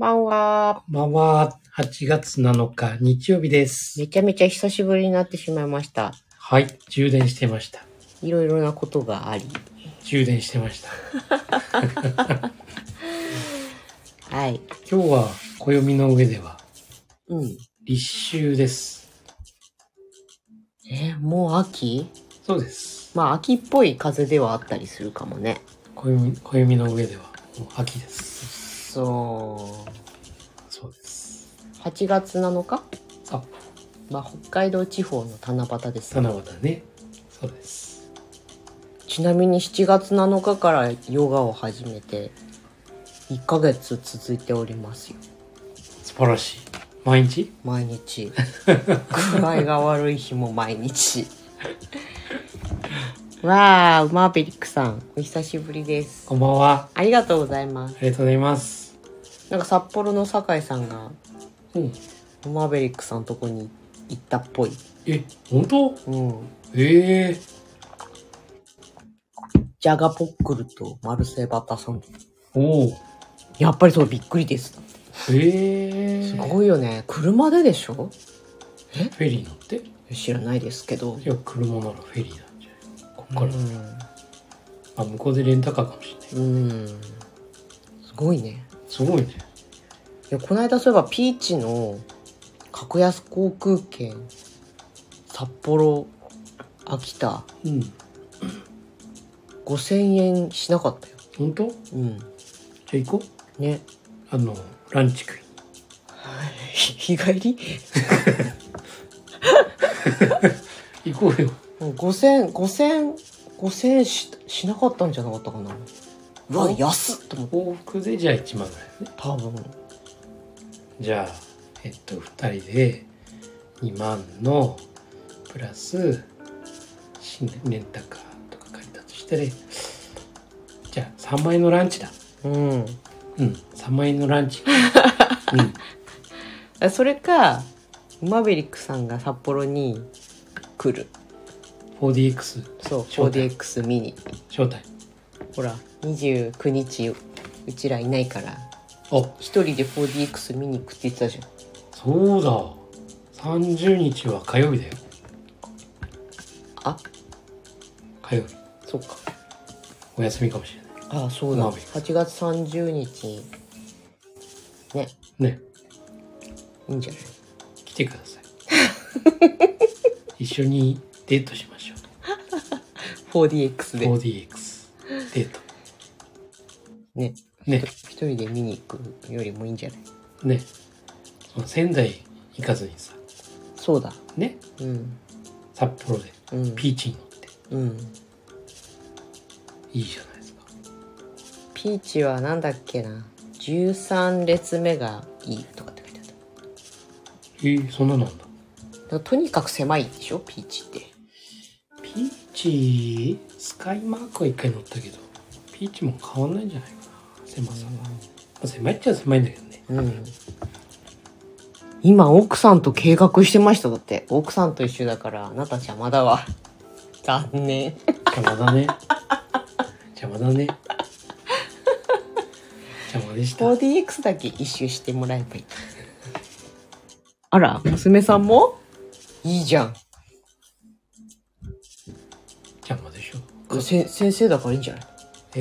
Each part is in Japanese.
ばんは。 こんばんは。8月7日日曜日です。 めちゃめちゃ久しぶりになってしまいました。 はい、充電してました。 いろいろなことがあり。 充電してました。 はい。 今日は暦の上では、立秋です。 もう秋？ そうです。 まあ秋っぽい風ではあったりするかもね。 暦の上ではもう秋です。 そうです。 8月7日？ そう。 まあ北海道地方の七夕です。 七夕ね。そうです。 ちなみに7月7日からヨガを始めて1ヶ月続いておりますよ。 素晴らしい。毎日具合が悪い日も毎日わあ、マーベリックさんお久しぶりです。 こんばんは。 ありがとうございます。 ありがとうございます。 なんか札幌の酒井さんが、マーベリックさんとこに行ったっぽい。 本当？ ジャガポックルとマルセバタさん。やっぱりそう、びっくりです。すごいよね。車ででしょ？ フェリー乗って？ 知らないですけど。 いや、車ならフェリーなんじゃない？こっから。向こうでレンタカーかもしれない。 すごいね。 すごいね。 いや、この間そういえばピーチの格安航空券札幌秋田、5000円しなかったよ。 本当？じゃあ行こうね。ランチ食い日帰り行こうよ。 5000円しなかったんじゃなかったかな。うわ、安っと思って。 往復でじゃあ1万ぐらいね。 多分。 じゃあ2人で2万のプラスレンタカーとか借りたとして、じゃあ3万円のランチだ。3万円のランチ。 それかマーベリックさんが札幌に来る。 4DX。 そう、4DX 見に招待。 ほら29日うちらいないから一人で 4DX 見に行くって言ってたじゃん。 そうだ、30日は火曜日だよ。火曜日。 そっか、 お休みかもしれない。 そうだ、8月30日ね。いいんじゃない？ 来てください。一緒にデートしましょう。4DX で 4DX デートね。一人で見に行くよりもいいんじゃない？ その仙台行かずにさ。 そうだね。札幌でピーチに乗って、いいじゃないですか。 ピーチはなんだっけな、13列目がいいとかって書いてあった。 そんなのなんだ。 とにかく狭いでしょピーチって。 ピーチスカイマークは一回乗ったけど、ピーチも変わんないんじゃないかな、狭さは。狭いっちゃ狭いんだけどね。 今奥さんと計画してました。だって奥さんと一緒だからあなた邪魔だわ。残念。 邪魔だね。邪魔でした。 4DX だけ一周してもらえばいい。あら、娘さんもいいじゃん。 邪魔でしょ。 先生だからいいんじゃない？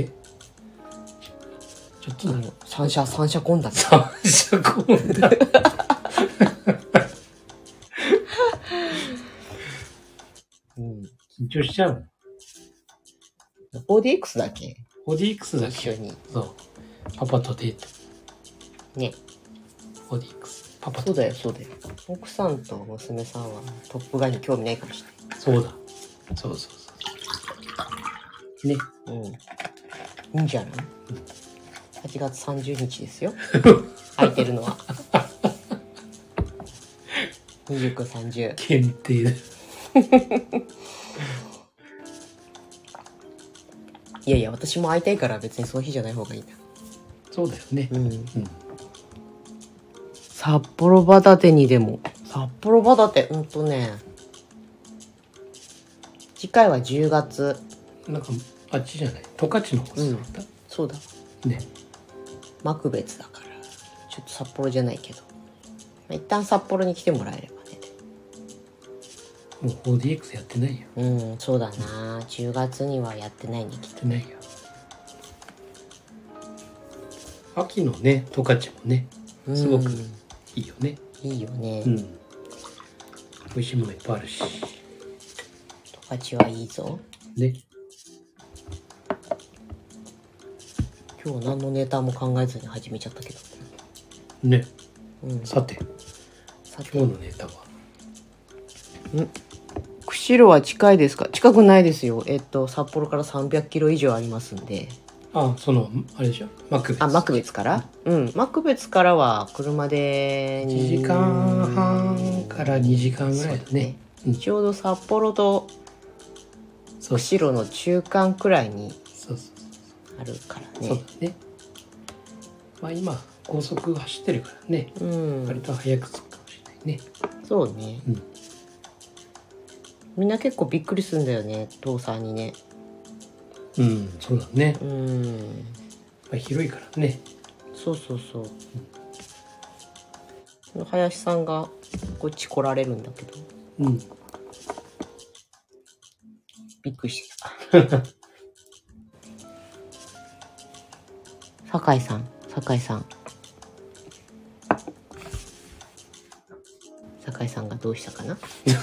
ちょっと三者混だね。 三者混だ。緊張しちゃうの。 4DX だけ 4DX だけ一緒に。 そう、パパとデートね。 4DX パパと。そうだよ。奥さんと娘さんはトップガンに興味ないかもしれない。 そうだ。そうね。 いいんじゃない？8月30日ですよ。空いてるのは。29、30。 限定だ。 いや私も会いたいから別にその日じゃない方がいいな。 そうだよね。 札幌バタテにでも。札幌バタテ次回は10月。 なんかあっちじゃない？十勝の方だった。 そうだね。 幕別だからちょっと札幌じゃないけど、一旦札幌に来てもらえればね。 もう 4DX やってないよ。 そうだな。10月にはやってないね、きっと。 やってないよ。秋のね十勝もねすごくいいよね。 いいよね。 美味しいものいっぱいあるし。 十勝はいいぞ。 ね。 今日何のネタも考えずに始めちゃったけど。 ね。さて今日のネタは。 釧路は近いですか？近くないですよ。札幌から300キロ以上ありますんで。 あれでしょ、幕別。 幕別から？幕別からは車で 1時間半から2時間ぐらいだね。 ちょうど札幌と釧路の中間くらいにあるからね。 そうだね。まあ今高速走ってるからね、割と早く着くかもしれないね。 そうね、みんな結構びっくりするんだよね、父さんにね。 そうだね。広いからね。 そう、林さんがこっち来られるんだけど、びっくりしてた。酒井さんがどうしたかな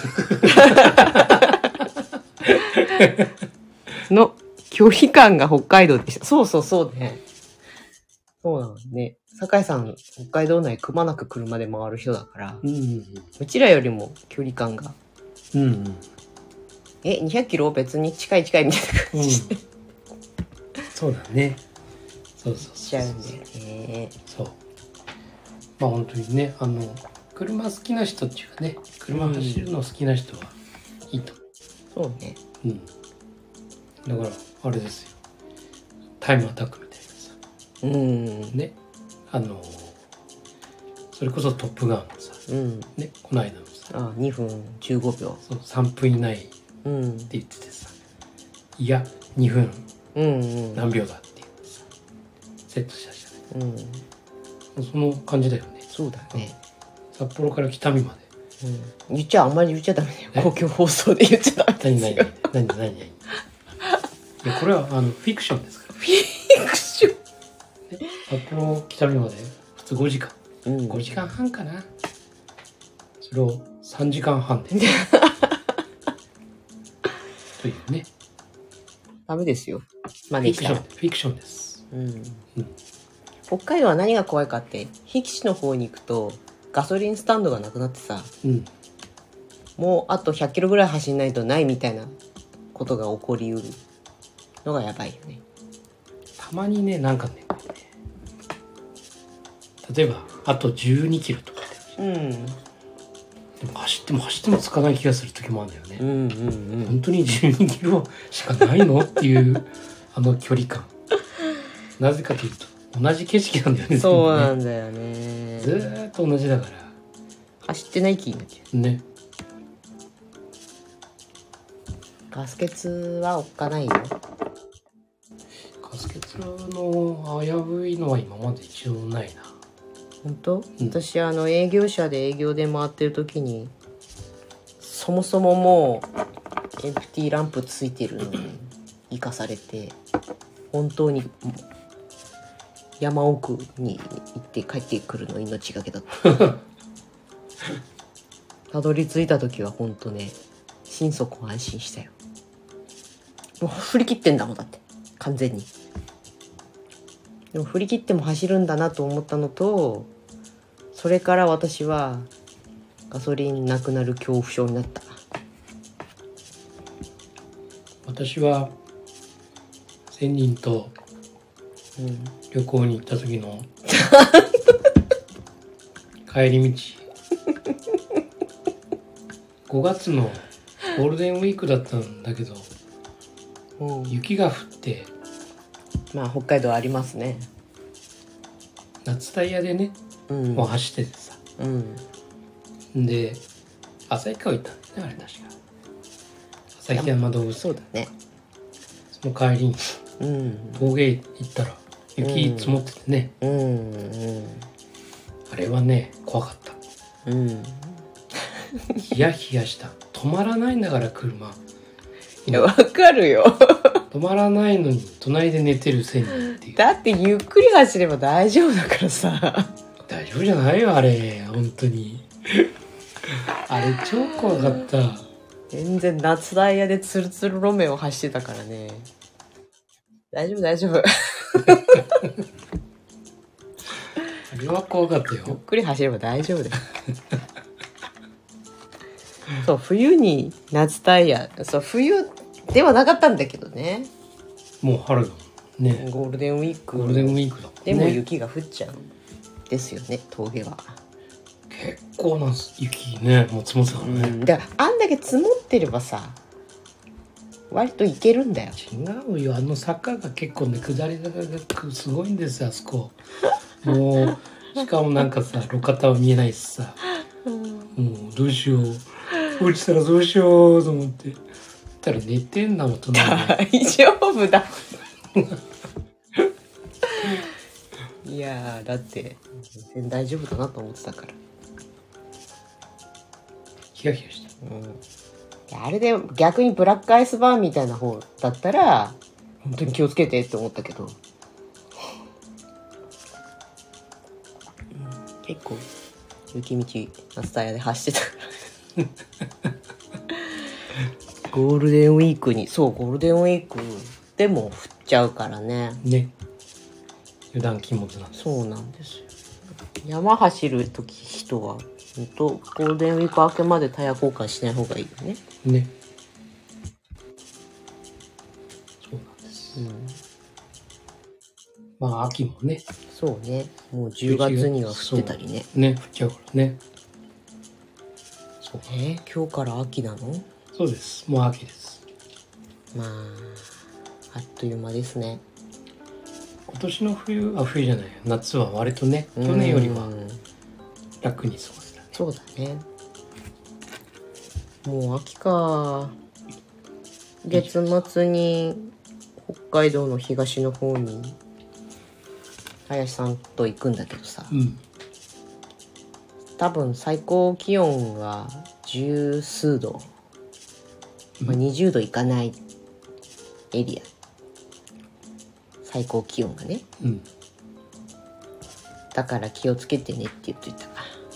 の距離感が北海道でした。そうね。そうなのね。酒井さん北海道内くまなく車で回る人だから、うちらよりも距離感が、200キロ別に近いみたいな感じで、 そうだね。そうしちゃうんだよね。 そう。まあ本当にね、車好きな人っていうかね、車走るの好きな人はいいと思う。そうね。 だからあれですよ、タイムアタックみたいなさ、ね、それこそトップガンのさ、ね、この間のさ、 2分15秒、 そう3分以内って言っててさ、いや2分何秒だって言ってさ、セットしたじゃない。その感じだよね。 そうだね。 札幌から北見まで。 あんまり言っちゃダメだよ。公共放送で言っちゃダメですよ。 何いや、これはフィクションですから。 フィクション。 札幌北見まで普通5時間、5時間半かな。それを3時間半でというね。 ダメですよ。まあね、 フィクションです。 北海道は何が怖いかって、日吉の方に行くとガソリンスタンドがなくなってさ、もうあと100キロぐらい走んないとないみたいなことが起こりうるのがやばいよね。 たまにね、なんかね、例えばあと12キロとかでも走ってもつかない気がする時もあるんだよね。本当に12キロしかないのっていう距離感。なぜかというと同じ景色なんだよね。 そうなんだよね。 ずーっと同じだから走ってない気になっちゃうね。 ガス欠はおっかないよ。 ガス欠の危ういのは今まで一度もないな。 本当？私営業車で営業で回ってる時に、そもそももうエンプティーランプついてるのに生かされて、本当に山奥に行って帰ってくるの命がけだったたどり着いた時は本当ね、心底安心したよ。もう振り切ってんだもん、だって完全に。でも振り切っても走るんだなと思ったのと、それから私はガソリンなくなる恐怖症になった。 私は仙人と旅行に行った時の帰り道5月のゴールデンウィークだったんだけど、雪が降って、 まあ北海道ありますね。 夏タイヤでね、もう走っててさ、で旭川行ったんだよね、あれ確か旭山動物園。 そうだね。 その帰りに峠行ったら雪積もっててね、 あれはね怖かった。ヒヤヒヤした。止まらないんだから車。 いやわかるよ。 止まらないのに隣で寝てる仙人っていう。 だってゆっくり走れば大丈夫だからさ。 大丈夫じゃないよあれ本当に。あれ超怖かった。 全然夏タイヤでツルツル路面を走ってたからね。大丈夫大丈夫。 あれは怖かったよ。 ゆっくり走れば大丈夫だよ。そう冬に夏タイヤ、そう冬ではなかったんだけどね。 もう春だもんね。 ゴールデンウィーク。 ゴールデンウィークだもんね。 でも雪が降っちゃうんですよね、峠は。 結構な雪ね、もう積もってたからね。 だからあんだけ積もってればさ、割といけるんだよ。 違うよ、あの坂が結構ね、下り坂がすごいんですよ、あそこ。もうしかもなんかさ、路肩は見えないしさ、もうどうしよう、落ちたらどうしようと思って。たら寝てんな、大人で。 大丈夫だ。いやーだって全然大丈夫だなと思ってたから。 ヒヤヒヤした。 あれで逆にブラックアイスバーンみたいな方だったら本当に気をつけてって思ったけど、結構雪道夏タイヤで走ってたからゴールデンウィークに、そうゴールデンウィークでも降っちゃうからね。 ね、油断禁物なんです。 そうなんですよ。山走る時人はゴールデンウィーク明けまでタイヤ交換しない方がいいよね。 ね。そうなんです。まあ秋もね。 そうね。もう10月には降ってたりね。 ね、降っちゃうからね。 そう。今日から秋なの？ そうです。もう秋です。 まああっという間ですね。 今年の冬じゃない、夏は割とね、去年よりは楽に過ごせたね。 そうだね。もう秋か。月末に北海道の東の方に林さんと行くんだけどさ、多分最高気温が十数度、20度いかないエリア、最高気温がね、だから気をつけてねって言っといた。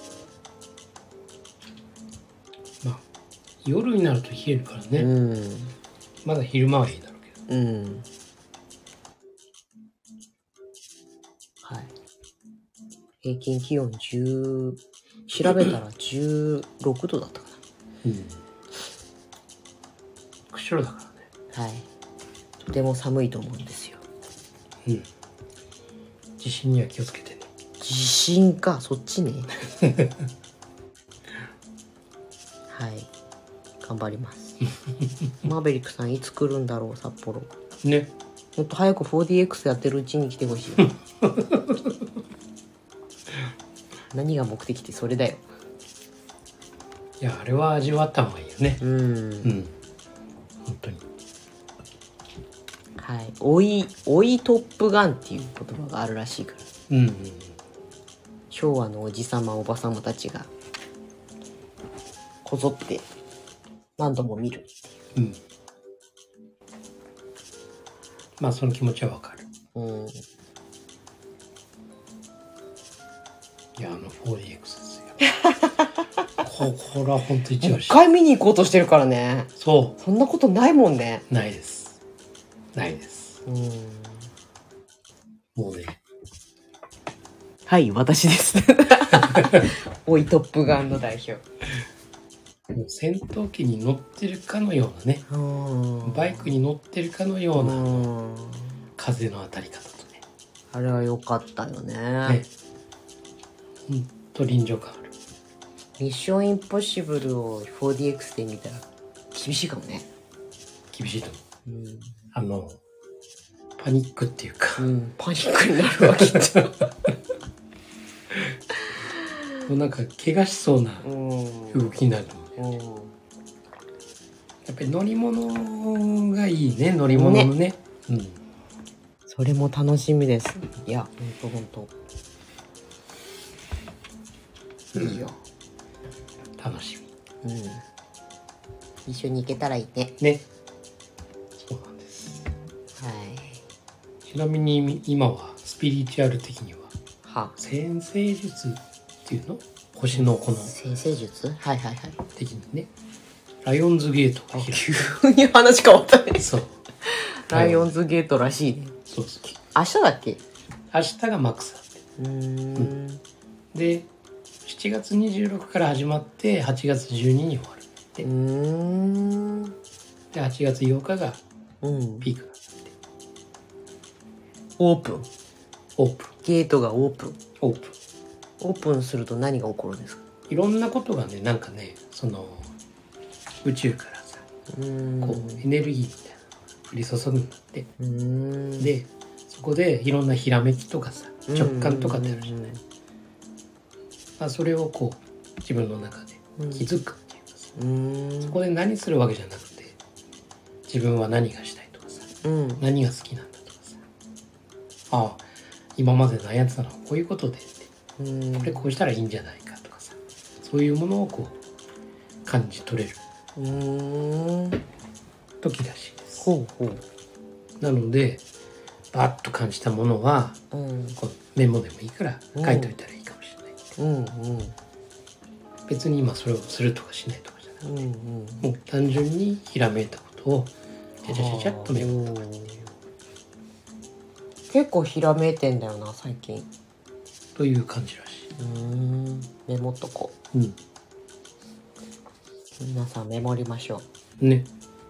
まあ夜になると冷えるからね、まだ昼間はいいだろうけど、はい、平均気温調べたら16度だったかな。釧路だからね。はい。とても寒いと思うんですよ。地震には気をつけてね。地震か、そっちね。はい。頑張ります。マーベリックさんいつ来るんだろう、札幌。ね。もっと早く 4DX やってるうちに来てほしい。何が目的ってそれだよ。いや、あれは味わった方がいいよね。本当に。はい。追いトップガンっていう言葉があるらしいから。昭和のおじさまおばさまたちがこぞって何度も見るっていう。まあその気持ちはわかる。いや、4DX ですよ。これは本当一押し。一回見に行こうとしてるからね。そう。そんなことないもんね。ないです。ないです。もうね。はい、私です。おいトップガンの代表。もう戦闘機に乗ってるかのようなね。バイクに乗ってるかのような風の当たり方とね。あれは良かったよね。ほんと臨場感ある。ミッションインポッシブルを 4DX で見たら厳しいかもね。厳しいと思う。パニックっていうか、パニックになるわきっと。もうなんか怪我しそうな動きになると思う。やっぱり乗り物がいいね、乗り物のね。それも楽しみです。いや、ほんと。 いいよ。 楽しうん。一緒に行けたらいいね。 みね。そうなんです。 はい。 ちなみに今はスピリチュアル的にはは。 占星術っていうの、星のこの占星術？はいはいはい。 的にね、ライオンズゲートが開く。 急に話変わったね。 そう。 ライオンズゲートらしいね。 そうそう。 明日だっけ？ 明日がマックスだって。で、7月26から始まって8月12に終わるって。で、8月8日がピークなんだって。 オープン。 オープン。 ゲートがオープン。 オープン。 オープンすると何が起こるんですか？ いろんなことがね、なんかね、その宇宙からさ、こうエネルギーみたいなのが降り注ぐんだって。で、そこでいろんなひらめきとかさ、直感とかってあるじゃない。まあ、それをこう自分の中で気づくっていうかさ、そこで何するわけじゃなくて、自分は何がしたいとかさ、何が好きなんだとかさ、ああ今まで悩んでたのはこういうことでって、これこうしたらいいんじゃないかとかさ、そういうものをこう感じ取れる時らしいです。 ほうほう。 なのでバッと感じたものは、こうメモでもいいから書いといたらいいかもしれない。別に今それをするとかしないとかじゃなくて、もう単純にひらめいたことをちゃちゃちゃちゃっとメモとかっていう。 結構ひらめいてんだよな最近。 という感じらしい。 メモっとこう。皆さんメモりましょう。ね。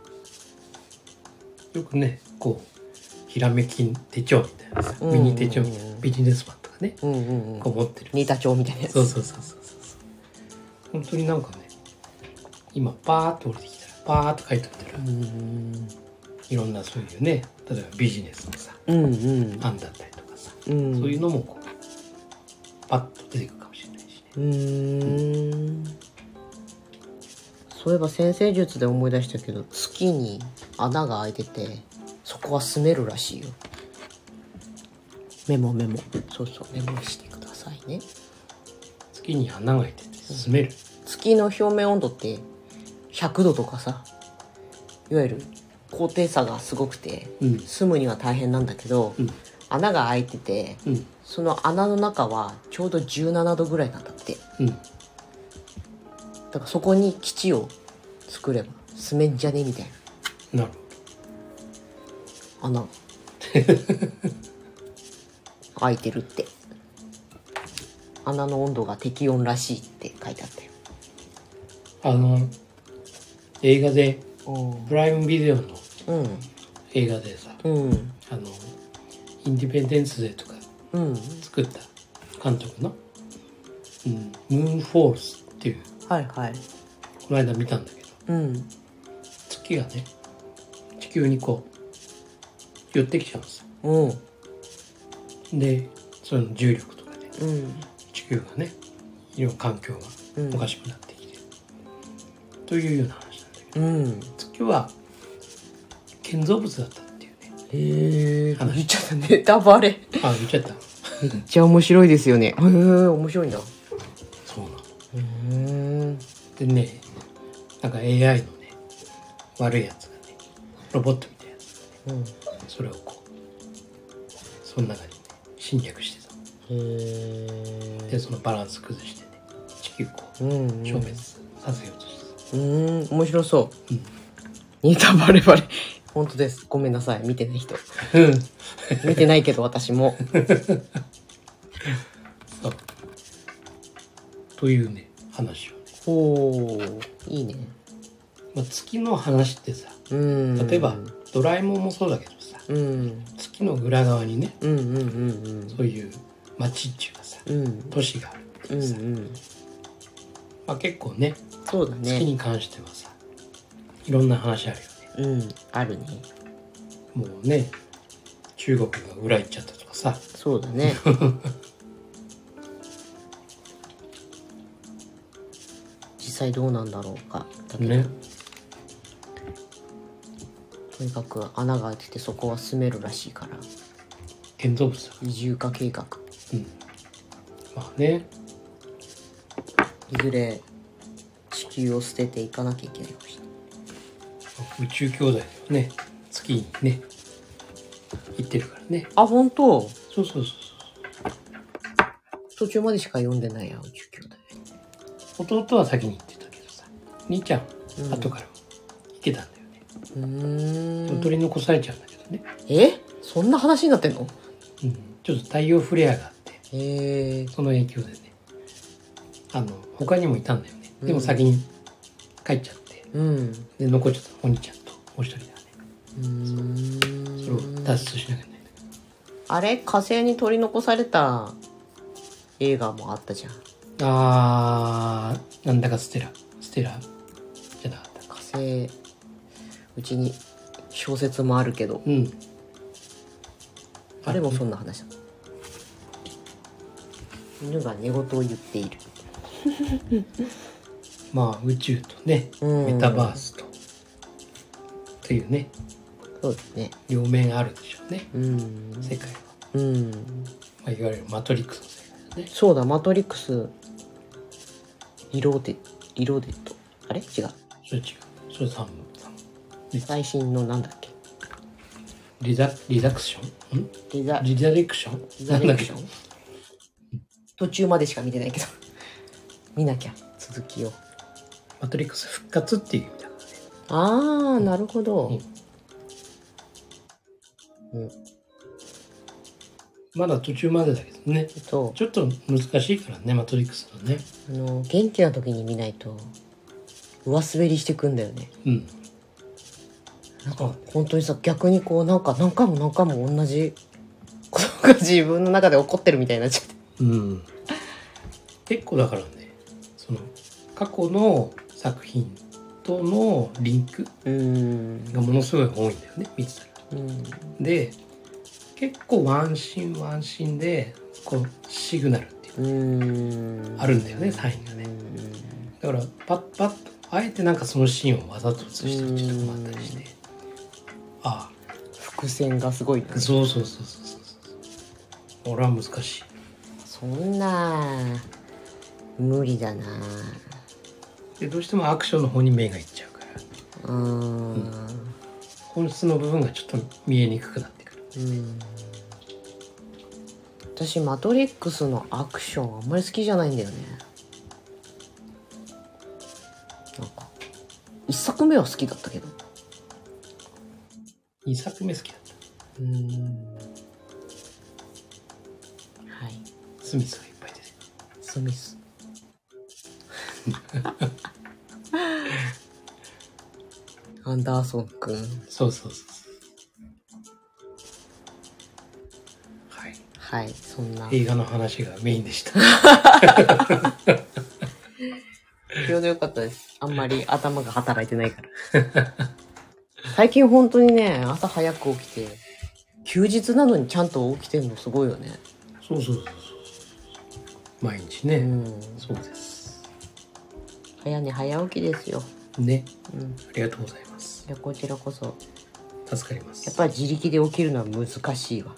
よくね、こうひらめき手帳みたいなさ、ミニ手帳みたいな、ビジネスマンとかね、こう持ってる。 似た帳みたいなやつ。 そう。本当になんかね、今パーッと降りてきたらパーッと書いておいたら、いろんなそういうね、例えばビジネスのさ、案だったりとかさ、そういうのもこうパッと出てくるかもしれないしね。 そういえば占星術で思い出したけど、月に穴が開いててそこは住めるらしいよ。メモ。そうメモしてくださいね。 月に穴が開いてて住める。 月の表面温度って100度とかさ、いわゆる高低差がすごくて、住むには大変なんだけど、穴が開いてて、その穴の中はちょうど17度ぐらいなんだって。だからそこに基地を作れば住めんじゃねみたいな。なるほど。穴開いてるって。穴の温度が適温らしいって書いてあったよ。 映画でプライムビデオの映画でさ、インディペンデンスデーとか作った監督の、ムーンフォールスっていう、この間見たんだけど、月がね地球にこう寄ってきちゃうんですよ。でその重力とかで、地球がねいろいろ環境がおかしくなってきて、というような話なんだけど、月は建造物だったっていうね。 言っちゃったネタバレ。 言っちゃった。 めっちゃ面白いですよね。面白いんだ。 そうなの。でね、なんか AI のね悪いやつがね、ロボットみたいなやつがね、それをこうその中にね侵略してた。でそのバランス崩してね、地球こう消滅させようとしてた。 面白そう。ネタバレ。本当です。ごめんなさい。見てない人。見てないけど私も。 そうというね話をね。いいね。 月の話ってさ、例えばドラえもんもそうだけどさ、月の裏側にね、そういう街っていうかさ、都市があるっていうさ、結構ね、 そうだね、 月に関してはさいろんな話あるよね。 あるね。 もうね、中国が裏行っちゃったとかさ。 そうだね。実際どうなんだろうかだけど、ね、とにかく穴が開いててそこは住めるらしいから。 建造物だ。 移住化計画。 まあね、 いずれ地球を捨てていかなきゃいけないかもしれない。 宇宙兄弟だよね。月にね行ってるからね。 あ、本当？ そうそうそう途中までしか読んでないや、宇宙兄弟。 弟は先に行ってたけどさ、兄ちゃん、 うん後から行けたんだよね。 でも取り残されちゃうんだけどね。 そんな話になってんの？ ちょっと太陽フレアがあって、 へえ。 その影響でね、他にもいたんだよね。でも先に帰っちゃって、で残っちゃったお兄ちゃんともう一人だね。それを脱出しなきゃいけない。 あれ、火星に取り残された映画もあったじゃん。 なんだかステラじゃなかったか。 火星、うちに小説もあるけど、あれもそんな話だ。犬が寝言を言っている。 まあ宇宙とね、メタバースとっていうね、 そうですね。 両面あるでしょうね。世界は、まあ、いわゆるマトリックスの世界だね。 そうだ、マトリックスリローデッド。あれ違う。 それ違う。それ3分。 最新のなんだっけ。 リダクション？リダレクション？ リダレクション？途中までしか見てないけど見なきゃ続きを。 マトリックス復活っていう意味だからね。 ああ、なるほど。 まだ途中までだけどね。ちょっと難しいからね、マトリックスのね。 元気な時に見ないと上滑りしてくんだよね。なんか本当にさ、逆にこうなんか何回も同じことが自分の中で起こってるみたいになっちゃって。 結構だからね、その過去の作品とのリンクがものすごい多いんだよね、見てたら。で、結構ワンシーンでこうシグナルっていうあるんだよね、サインがね。だからパッとあえてなんかそのシーンをわざと映したりとかもあったりして、 伏線がすごいね。 そう。俺は難しい。 そんな無理だな。 でどうしてもアクションの方に目がいっちゃうから、本質の部分がちょっと見えにくくなってくる。 私マトリックスのアクションあんまり好きじゃないんだよね。なんか1作目は好きだったけど、 2作目好きだった。 はい。 スミスがいっぱい出てる。 スミスアンダーソンくん。 そう。 はい、そんな映画の話がメインでした。 ちょうどよかったです。あんまり頭が働いてないから。最近本当にね、朝早く起きて、休日なのにちゃんと起きてんのすごいよね。 そう。毎日ね。そうです。 早寝早起きですよ。 ね。ありがとうございます。 いや、こちらこそ。 助かります。 やっぱり自力で起きるのは難しいわ。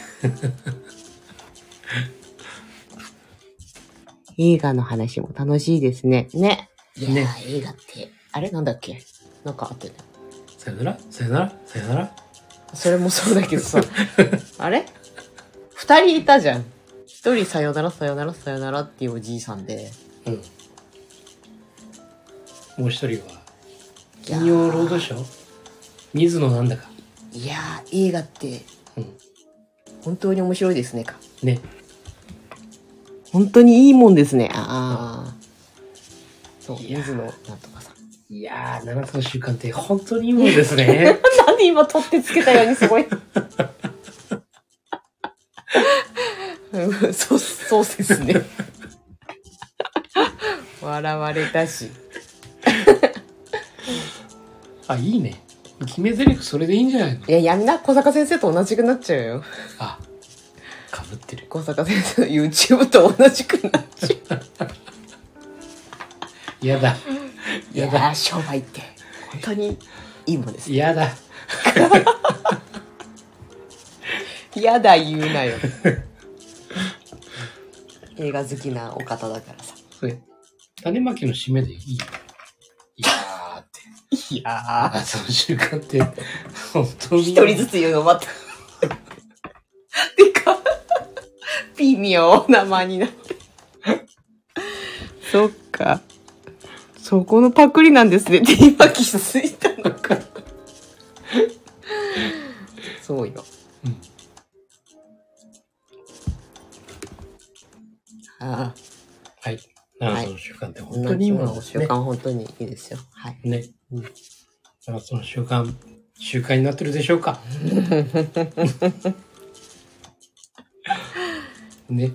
映画の話も楽しいですね。ね。いや、映画って、あれなんだっけ？なんかあってね。 さよなら。 それもそうだけどさ、あれ？2人いたじゃん。1人さよならっていうおじいさんで。 もう一人は、金曜ロードショー？水野なんだか。 いやー、映画って、本当に面白いですねか。 ね。 本当にいいもんですね。そう、水野なんとかさん。 いやー、7つの習慣って本当にいいもんですね。 なんで今取ってつけたようにすごい。そうですね。笑われたし。 いいね。決め台詞それでいいんじゃないの？ いや、やんな、小坂先生と同じくなっちゃうよ。 かぶってる。 小坂先生の YouTube と同じくなっちゃう。 やだ。 いや、商売って本当にいいもんです。 やだ。 やだ言うなよ。映画好きなお方だからさ。 種まきの締めでいい。いやーって。 いやー。 その習慣って、本当に。 一人ずつ言うのまた。てか、微妙な間になって。そっか。そこのパクリなんですねって今気づいたのか。そうよ。 うん。 ああ。 はい。7つの習慣って本当にいいものですね。 習慣本当にいいですよ。はい。 ね。7つの習慣になってるでしょうか。ね。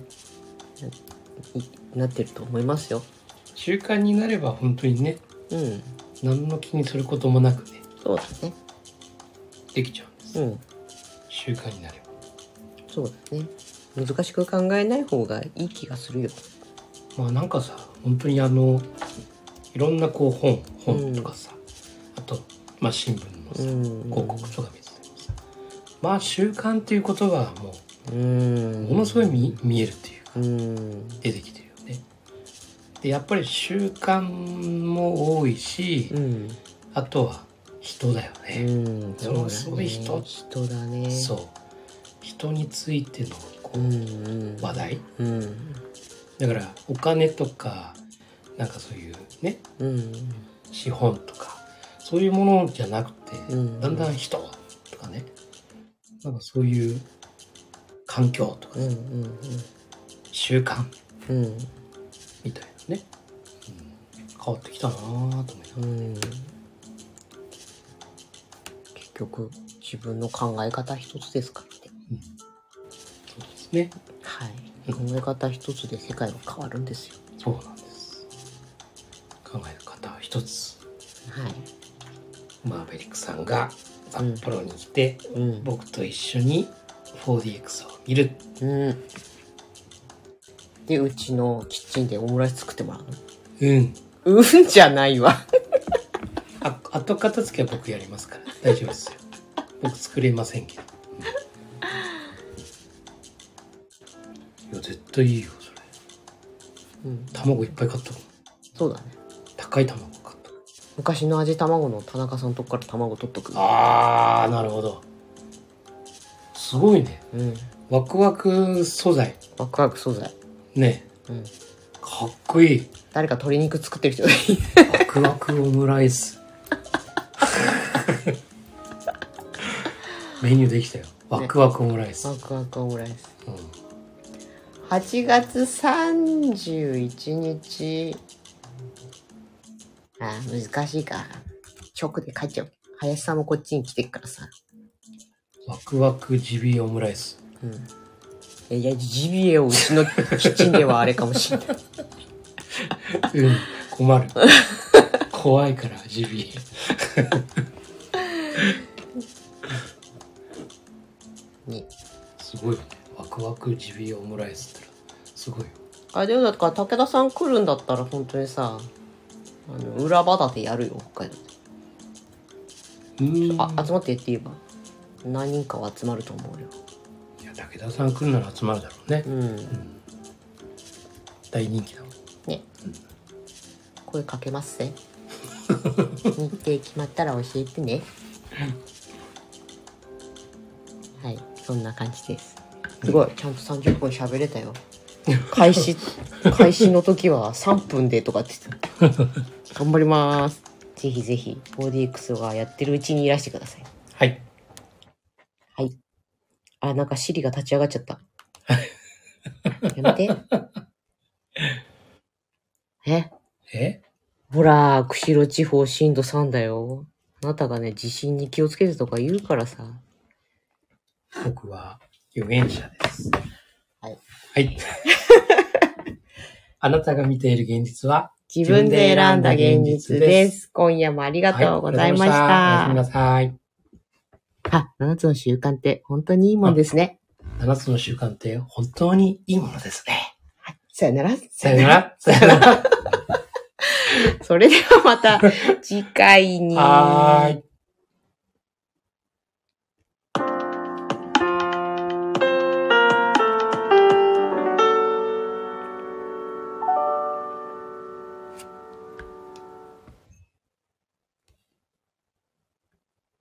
なってると思いますよ。 習慣になれば本当にね、何の気にすることもなくね、 そうだね。 できちゃうんです。習慣になれば。そうだね。難しく考えない方がいい気がするよ。 まあなんかさ、本当にいろんなこう本とかさ、あとまあ新聞のさ、広告とか見ててもさ、まあ習慣っていう言葉はもうものすごい見えるっていうか、出てきてるよね。でやっぱり習慣も多いし、あとは人だよね。ものすごい人だね。 そう。人についてのこう、話題、だからお金とかなんかそういうね、資本とかそういうものじゃなくて、だんだん人とかね、なんかそういう環境とかさ、習慣、みたいなね、変わってきたなぁと思いながら、 結局自分の考え方一つですからね。 そうですね。 はい。考え方一つで世界は変わるんですよ。 そうなんです。考え方一つ。 はい。 マーベリックさんが札幌に来て、僕と一緒に 4DX を見る。 で、うちのキッチンでオムライス作ってもらうの？じゃないわ。 後片付けは僕やりますから大丈夫ですよ。僕作れませんけど。いや絶対いいよそれ。卵いっぱい買ったもん。 そうだね。 高い卵買った。 昔の味卵の田中さんのとこから卵取っとく。 あーなるほど。すごいね。ワクワク素材。 ワクワク素材。 ね。かっこいい。 誰か鶏肉作ってる人がいい。 ワクワクオムライス。メニューできたよ。ワクワクオムライス。 ワクワクオムライス。8月31日。難しいか。直で帰っちゃう。林さんもこっちに来てるからさ。 ワクワクジビエオムライス。 いや、ジビエをうちのキッチンではあれかもしれない。 困る。怖いからジビエ。すごいよね。ワクワクジビエオムライスってすごいよ。 でもだから武田さん来るんだったら本当にさ、裏場でやるよ北海道で。集まってって言えば何人かは集まると思うよ。 いや武田さん来るなら集まるだろうね。大人気だもんね。声かけますね。日程決まったら教えてね。はい、そんな感じです。すごい、ちゃんと30分喋れたよ。開始の時は3分でとかって言ってた。頑張ります。ぜひぜひ 4DX がやってるうちにいらしてください。 はい。 はい。なんかシリが立ち上がっちゃった。やめて。ほら、釧路地方震度3だよ。あなたがね、地震に気をつけてとか言うからさ。 僕は預言者です。 はい。 はい。あなたが見ている現実は自分で選んだ現実です。今夜もありがとうございました。おやすみなさい。 7つの習慣って本当にいいもんですね。 7つの習慣って本当にいいものですね。 はい。さよなら。 さよなら。さよなら。 それではまた次回に。 はーい。